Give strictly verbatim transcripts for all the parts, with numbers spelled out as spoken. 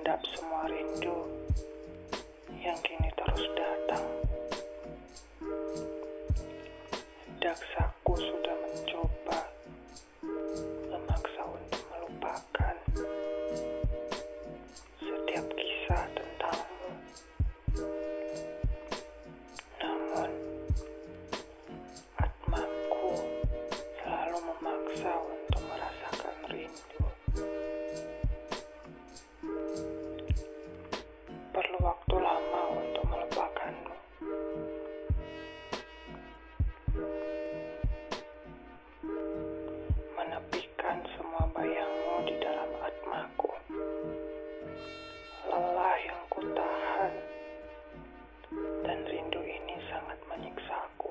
meredap semua rindu yang kini terus datang. Daksaku sudah mencoba memaksa untuk melupakan setiap kisah tentangmu. Namun, atmaku selalu memaksa untuk merasakan rindu. Perlu waktu lama untuk melupakanmu. Menepikan semua bayangmu di dalam atmaku. Lelah yang kutahan, dan rindu ini sangat menyiksaku.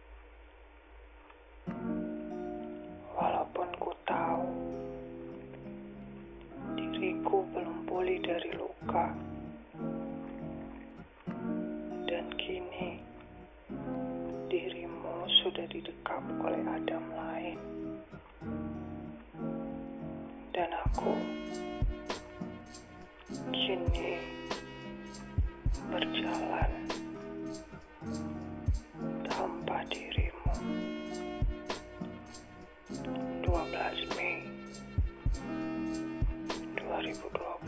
Walaupun ku tahu diriku belum pulih dari luka, dan kini dirimu sudah didekap oleh Adam lain, dan aku kini berjalan tanpa dirimu. dua belas Mei dua ribu dua puluh